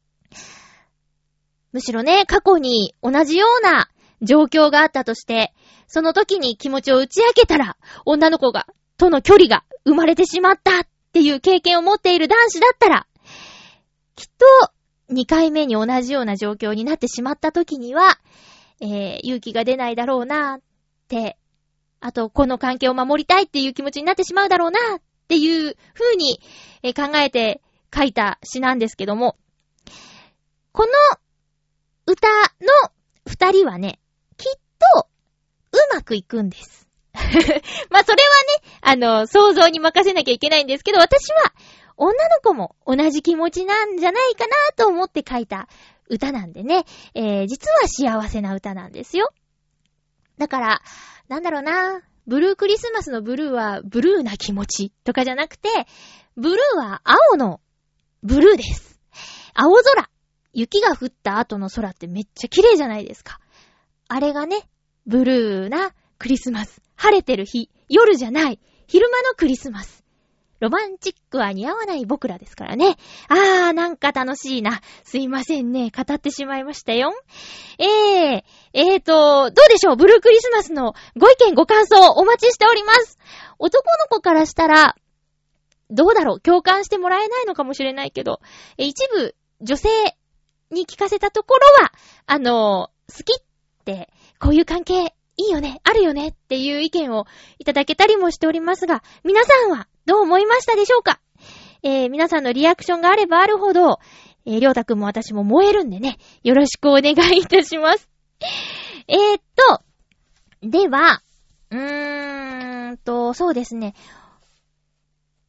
A: むしろね、過去に同じような状況があったとして、その時に気持ちを打ち明けたら、女の子が、との距離が生まれてしまったっていう経験を持っている男子だったら、きっと、にかいめに同じような状況になってしまった時には、えー、勇気が出ないだろうなって、あと、この関係を守りたいっていう気持ちになってしまうだろうなっていう風に、えー、考えて書いた詩なんですけども、この歌の二人はね、きっとうまくいくんです。まあそれはね、あの、想像に任せなきゃいけないんですけど、私は女の子も同じ気持ちなんじゃないかなと思って書いた歌なんでね、えー、実は幸せな歌なんですよ。だから、なんだろうな、ブルークリスマスのブルーはブルーな気持ちとかじゃなくて、ブルーは青のブルーです。青空。雪が降った後の空ってめっちゃ綺麗じゃないですか。あれがね、ブルーなクリスマス。晴れてる日、夜じゃない、昼間のクリスマス。ロマンチックは似合わない僕らですからね。あー、なんか楽しいな。すいませんね。語ってしまいましたよ。えー、えーと、どうでしょう？ブルークリスマスのご意見ご感想お待ちしております。男の子からしたら、どうだろう？共感してもらえないのかもしれないけど、一部女性に聞かせたところは、あの、好きって、こういう関係いいよね、あるよねっていう意見をいただけたりもしておりますが、皆さんはどう思いましたでしょうか？えー、皆さんのリアクションがあればあるほど、えー、りょうたくんも私も燃えるんでね、よろしくお願いいたします。えーっと、では、うーんと、そうですね、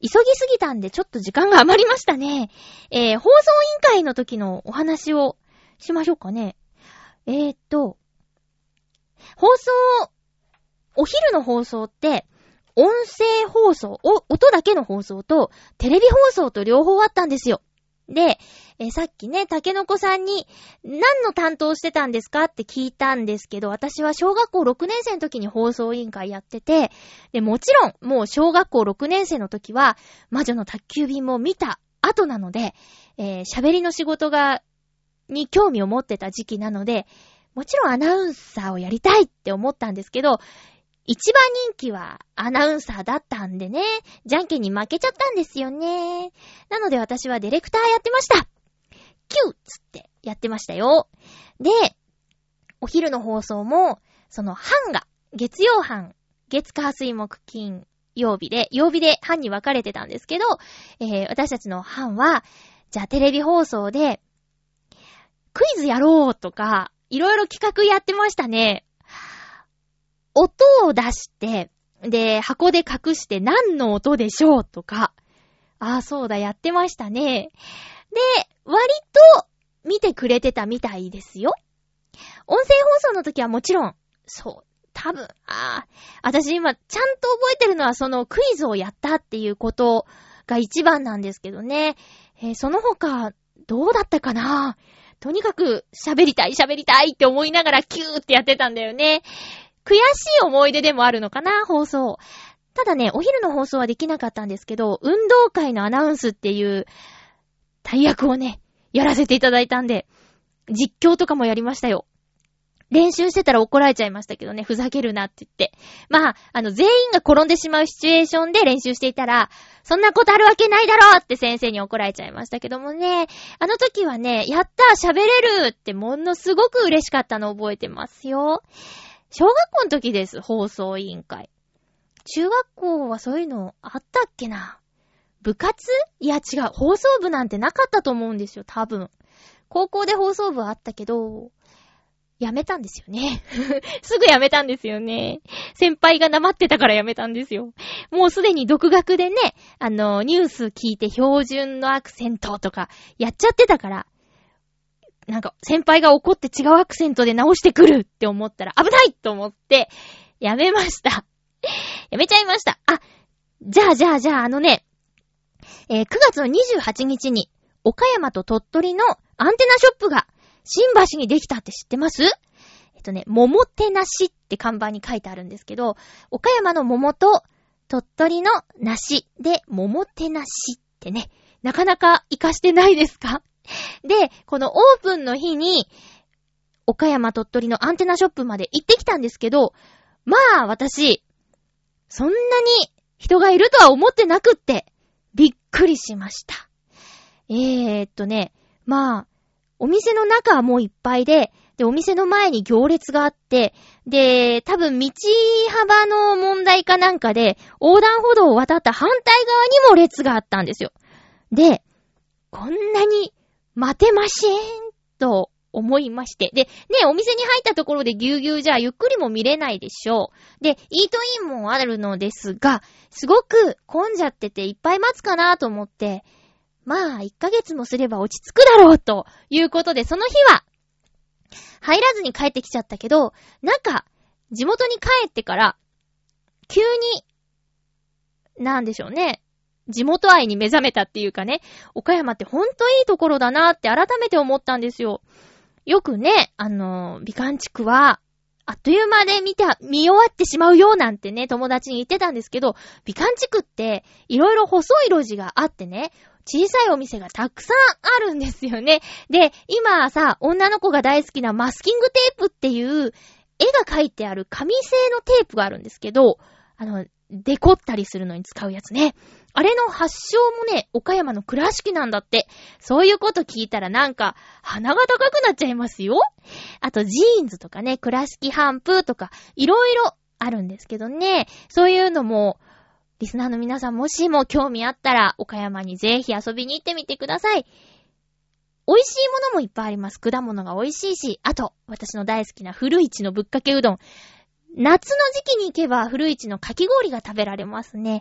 A: 急ぎすぎたんでちょっと時間が余りましたね。えー、放送委員会の時のお話をしましょうかね。えーっと、放送、お昼の放送って、音声放送、お、音だけの放送と、テレビ放送と両方あったんですよ。で、えー、さっきね、竹の子さんに、何の担当してたんですかって聞いたんですけど、私は小学校ろくねん生の時に放送委員会やってて、で、もちろん、もう小学校ろくねん生の時は、魔女の宅急便も見た後なので、えー、喋りの仕事が、に興味を持ってた時期なので、もちろんアナウンサーをやりたいって思ったんですけど、一番人気はアナウンサーだったんでね、じゃんけんに負けちゃったんですよね。なので私はディレクターやってました。キューっつってやってましたよ。で、お昼の放送も、その班が、月曜班、月火水木金曜日で、曜日で班に分かれてたんですけど、えー、私たちの班は、じゃあテレビ放送で、クイズやろうとか、いろいろ企画やってましたね。音を出して、で、箱で隠して何の音でしょうとか。ああ、そうだ、やってましたね。で、割と見てくれてたみたいですよ。音声放送の時はもちろん、そう、多分、ああ、私今ちゃんと覚えてるのはそのクイズをやったっていうことが一番なんですけどね。えー、その他、どうだったかな？とにかく喋りたい喋りたいって思いながらキューってやってたんだよね。悔しい思い出でもあるのかな、放送。ただね、お昼の放送はできなかったんですけど、運動会のアナウンスっていう大役をね、やらせていただいたんで、実況とかもやりましたよ。練習してたら怒られちゃいましたけどね、ふざけるなって言って。まあ、あの、全員が転んでしまうシチュエーションで練習していたら、そんなことあるわけないだろって先生に怒られちゃいましたけどもね、あの時はね、やったー喋れるってものすごく嬉しかったのを覚えてますよ。小学校の時です、放送委員会。中学校はそういうのあったっけな？部活？いや違う、放送部なんてなかったと思うんですよ、多分。高校で放送部はあったけど、やめたんですよね。すぐやめたんですよね。先輩がなまってたからやめたんですよ。もうすでに独学でね、あの、ニュース聞いて標準のアクセントとかやっちゃってたから、なんか先輩が怒って違うアクセントで直してくるって思ったら危ないと思ってやめました。やめちゃいました。あ、じゃあじゃあじゃああのね、えー、くがつのにじゅうはちにちに岡山と鳥取のアンテナショップが新橋にできたって知ってます？えっとね、桃手なしって看板に書いてあるんですけど、岡山の桃と鳥取の梨で桃手なしってね、なかなか活かしてないですか？で、このオープンの日に岡山鳥取のアンテナショップまで行ってきたんですけど、まあ私、そんなに人がいるとは思ってなくって、びっくりしました。えーっとね、まあ、お店の中はもういっぱいで、で、お店の前に行列があって、で、多分道幅の問題かなんかで、横断歩道を渡った反対側にも列があったんですよ。で、こんなに待てましぇんと思いまして。で、ね、お店に入ったところでぎゅうぎゅうじゃゆっくりも見れないでしょう。で、イートインもあるのですが、すごく混んじゃってていっぱい待つかなと思って、まあ、いっかげつもすれば落ち着くだろうということで、その日は入らずに帰ってきちゃったけど、なんか、地元に帰ってから、急に、なんでしょうね。地元愛に目覚めたっていうかね、岡山ってほんといいところだなって改めて思ったんですよ。よくね、あの、美観地区は、あっという間で見た、見終わってしまうよなんてね、友達に言ってたんですけど、美観地区って、いろいろ細い路地があってね、小さいお店がたくさんあるんですよね。で、今さ、女の子が大好きなマスキングテープっていう絵が描いてある紙製のテープがあるんですけど、あの、デコったりするのに使うやつね。あれの発祥もね、岡山の倉敷なんだって。そういうこと聞いたらなんか、鼻が高くなっちゃいますよ。あと、ジーンズとかね、倉敷帆布とか、いろいろあるんですけどね。そういうのも、リスナーの皆さんもしも興味あったら、岡山にぜひ遊びに行ってみてください。美味しいものもいっぱいあります。果物が美味しいし、あと、私の大好きな古市のぶっかけうどん。夏の時期に行けば古市のかき氷が食べられますね。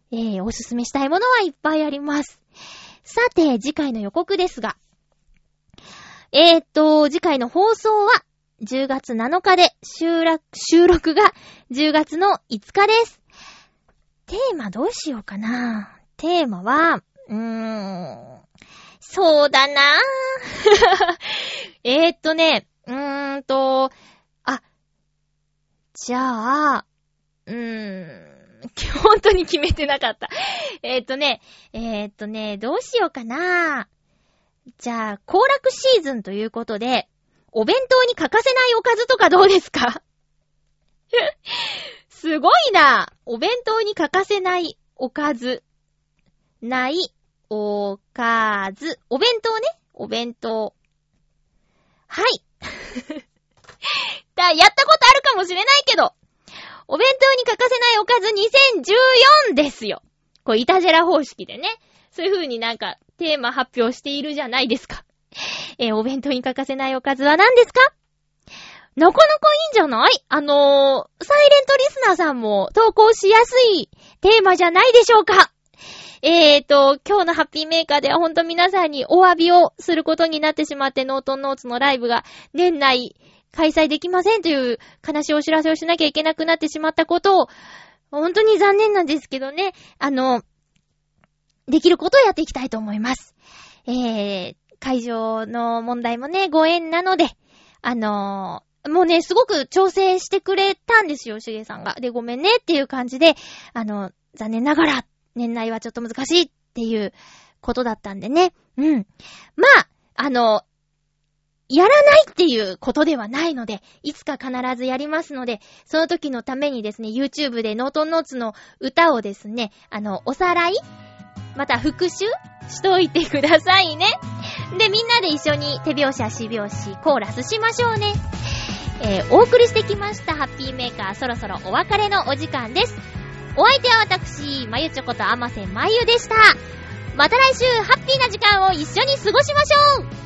A: えー、おすすめしたいものはいっぱいあります。さて、次回の予告ですが、えーっと、次回の放送はじゅうがつなのかで、収録、収録がじゅうがつのいつかです。テーマどうしようかな。テーマは、うーん、そうだなえーっとね、うーんと、あ、じゃあ、うーん、本当に決めてなかった。えーっとね、えーっとね、どうしようかな。じゃあ、行楽シーズンということで、お弁当に欠かせないおかずとかどうですかすごいな。お弁当に欠かせないおかず。ないおかず。お弁当ね。お弁当。はい。だ、やったことあるかもしれないけど、お弁当に欠かせないおかずにせんじゅうよんですよ。こう、イタジェラ方式でね。そういう風になんか、テーマ発表しているじゃないですか。えー、お弁当に欠かせないおかずは何ですか？なかなかいいんじゃない？あのー、サイレントリスナーさんも投稿しやすいテーマじゃないでしょうか。えーと、今日のハッピーメーカーではほんと皆さんにお詫びをすることになってしまって、ノートンノーツのライブが年内開催できませんという悲しいお知らせをしなきゃいけなくなってしまったことを、本当に残念なんですけどね、あの、できることをやっていきたいと思います。えー、会場の問題もね、ご縁なので、あのー、もうね、すごく調整してくれたんですよ、しげさんが。で、ごめんねっていう感じで、あの、残念ながら、年内はちょっと難しいっていうことだったんでね。うん。まあ、あの、やらないっていうことではないので、いつか必ずやりますので、その時のためにですね、YouTube でノートンノーツの歌をですね、あの、おさらいまた復習しといてくださいね。で、みんなで一緒に手拍子足拍子コーラスしましょうね。えー、お送りしてきましたハッピーメーカー、そろそろお別れのお時間です。お相手は私、まゆちょことあませまゆでした。また来週ハッピーな時間を一緒に過ごしましょう。